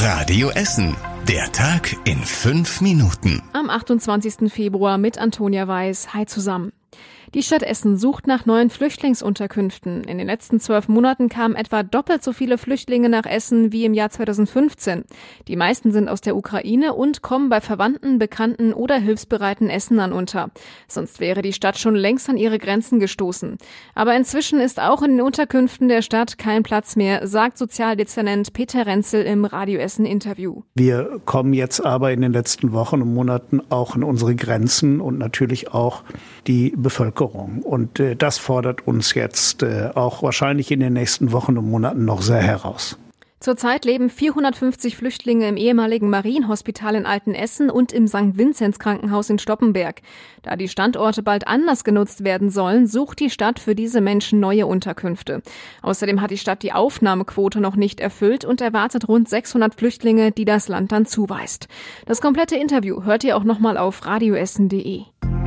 Radio Essen. Der Tag in 5 Minuten. Am 28. Februar mit Antonia Weiß. Hi zusammen. Die Stadt Essen sucht nach neuen Flüchtlingsunterkünften. In den letzten 12 Monaten kamen etwa doppelt so viele Flüchtlinge nach Essen wie im Jahr 2015. Die meisten sind aus der Ukraine und kommen bei Verwandten, Bekannten oder hilfsbereiten Essenern unter. Sonst wäre die Stadt schon längst an ihre Grenzen gestoßen. Aber inzwischen ist auch in den Unterkünften der Stadt kein Platz mehr, sagt Sozialdezernent Peter Renzel im Radio Essen Interview. Wir kommen jetzt aber in den letzten Wochen und Monaten auch an unsere Grenzen und natürlich auch die Bevölkerung. Und das fordert uns jetzt auch wahrscheinlich in den nächsten Wochen und Monaten noch sehr heraus. Zurzeit leben 450 Flüchtlinge im ehemaligen Marienhospital in Altenessen und im St. Vinzenz Krankenhaus in Stoppenberg. Da die Standorte bald anders genutzt werden sollen, sucht die Stadt für diese Menschen neue Unterkünfte. Außerdem hat die Stadt die Aufnahmequote noch nicht erfüllt und erwartet rund 600 Flüchtlinge, die das Land dann zuweist. Das komplette Interview hört ihr auch nochmal auf radioessen.de.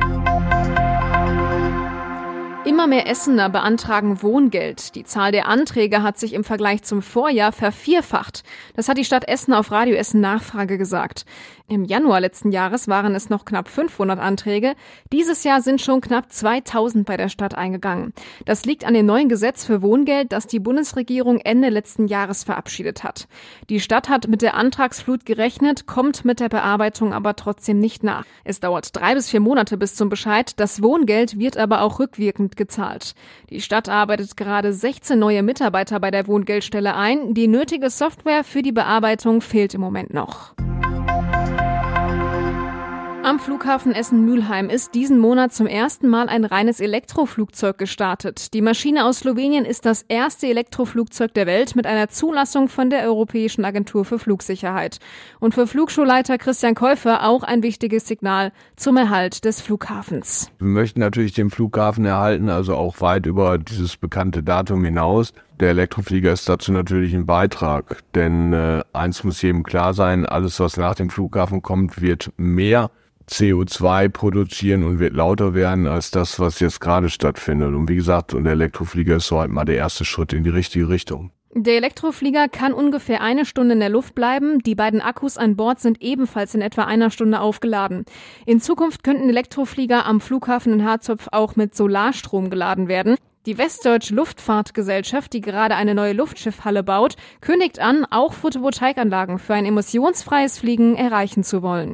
Immer mehr Essener beantragen Wohngeld. Die Zahl der Anträge hat sich im Vergleich zum Vorjahr vervierfacht. Das hat die Stadt Essen auf Radio Essen Nachfrage gesagt. Im Januar letzten Jahres waren es noch knapp 500 Anträge. Dieses Jahr sind schon knapp 2000 bei der Stadt eingegangen. Das liegt an dem neuen Gesetz für Wohngeld, das die Bundesregierung Ende letzten Jahres verabschiedet hat. Die Stadt hat mit der Antragsflut gerechnet, kommt mit der Bearbeitung aber trotzdem nicht nach. Es dauert 3 bis 4 Monate bis zum Bescheid. Das Wohngeld wird aber auch rückwirkend gezahlt. Die Stadt arbeitet gerade 16 neue Mitarbeiter bei der Wohngeldstelle ein. Die nötige Software für die Bearbeitung fehlt im Moment noch. Am Flughafen Essen-Mülheim ist diesen Monat zum ersten Mal ein reines Elektroflugzeug gestartet. Die Maschine aus Slowenien ist das erste Elektroflugzeug der Welt mit einer Zulassung von der Europäischen Agentur für Flugsicherheit. Und für Flugschulleiter Christian Käufer auch ein wichtiges Signal zum Erhalt des Flughafens. Wir möchten natürlich den Flughafen erhalten, also auch weit über dieses bekannte Datum hinaus. Der Elektroflieger ist dazu natürlich ein Beitrag, denn eins muss jedem klar sein, alles was nach dem Flughafen kommt, wird mehr CO2 produzieren und wird lauter werden als das, was jetzt gerade stattfindet. Und wie gesagt, der Elektroflieger ist so halt mal der erste Schritt in die richtige Richtung. Der Elektroflieger kann ungefähr 1 Stunde in der Luft bleiben. Die beiden Akkus an Bord sind ebenfalls in etwa 1 Stunde aufgeladen. In Zukunft könnten Elektroflieger am Flughafen in Harzopf auch mit Solarstrom geladen werden. Die Westdeutsche Luftfahrtgesellschaft, die gerade eine neue Luftschiffhalle baut, kündigt an, auch Photovoltaikanlagen für ein emissionsfreies Fliegen erreichen zu wollen.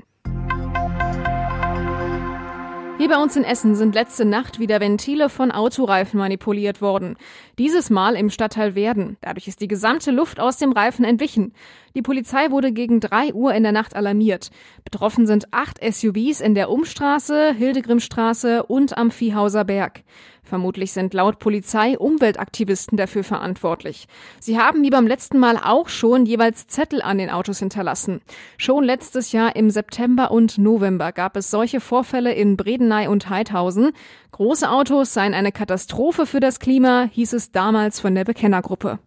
Hier bei uns in Essen sind letzte Nacht wieder Ventile von Autoreifen manipuliert worden. Dieses Mal im Stadtteil Werden. Dadurch ist die gesamte Luft aus dem Reifen entwichen. Die Polizei wurde gegen 3 Uhr in der Nacht alarmiert. Betroffen sind 8 SUVs in der Umstraße, Hildegrimstraße und am Viehhauser Berg. Vermutlich sind laut Polizei Umweltaktivisten dafür verantwortlich. Sie haben wie beim letzten Mal auch schon jeweils Zettel an den Autos hinterlassen. Schon letztes Jahr im September und November gab es solche Vorfälle in Bredeney und Heidhausen. Große Autos seien eine Katastrophe für das Klima, hieß es damals von der Bekennergruppe.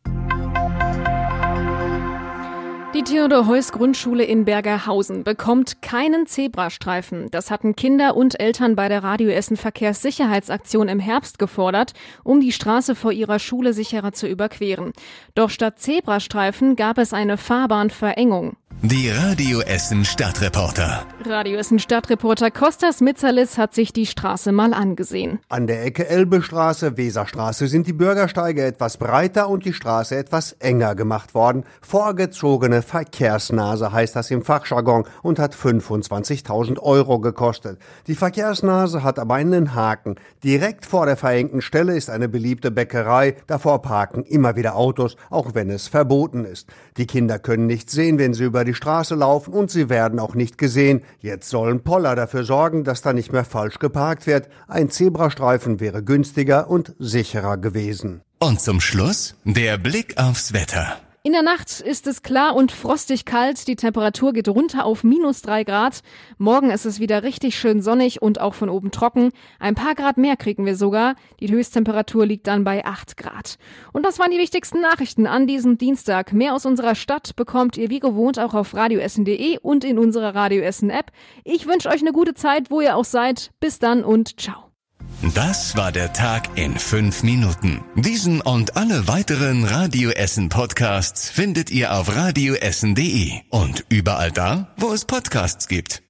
Die Theodor-Heuss-Grundschule in Bergerhausen bekommt keinen Zebrastreifen. Das hatten Kinder und Eltern bei der Radio Essen Verkehrssicherheitsaktion im Herbst gefordert, um die Straße vor ihrer Schule sicherer zu überqueren. Doch statt Zebrastreifen gab es eine Fahrbahnverengung. Die Radio Essen Stadtreporter. Radio Essen Stadtreporter Kostas Mitzalis hat sich die Straße mal angesehen. An der Ecke Elbestraße, Weserstraße sind die Bürgersteige etwas breiter und die Straße etwas enger gemacht worden. Vorgezogene Verkehrsnase heißt das im Fachjargon und hat 25.000 € gekostet. Die Verkehrsnase hat aber einen Haken. Direkt vor der verengten Stelle ist eine beliebte Bäckerei. Davor parken immer wieder Autos, auch wenn es verboten ist. Die Kinder können nicht sehen, wenn sie über die Straße laufen und sie werden auch nicht gesehen. Jetzt sollen Poller dafür sorgen, dass da nicht mehr falsch geparkt wird. Ein Zebrastreifen wäre günstiger und sicherer gewesen. Und zum Schluss der Blick aufs Wetter. In der Nacht ist es klar und frostig kalt. Die Temperatur geht runter auf -3 Grad. Morgen ist es wieder richtig schön sonnig und auch von oben trocken. Ein paar Grad mehr kriegen wir sogar. Die Höchsttemperatur liegt dann bei 8 Grad. Und das waren die wichtigsten Nachrichten an diesem Dienstag. Mehr aus unserer Stadt bekommt ihr wie gewohnt auch auf radioessen.de und in unserer Radio Essen App. Ich wünsche euch eine gute Zeit, wo ihr auch seid. Bis dann und ciao. Das war der Tag in 5 Minuten. Diesen und alle weiteren Radio Essen Podcasts findet ihr auf radioessen.de und überall da, wo es Podcasts gibt.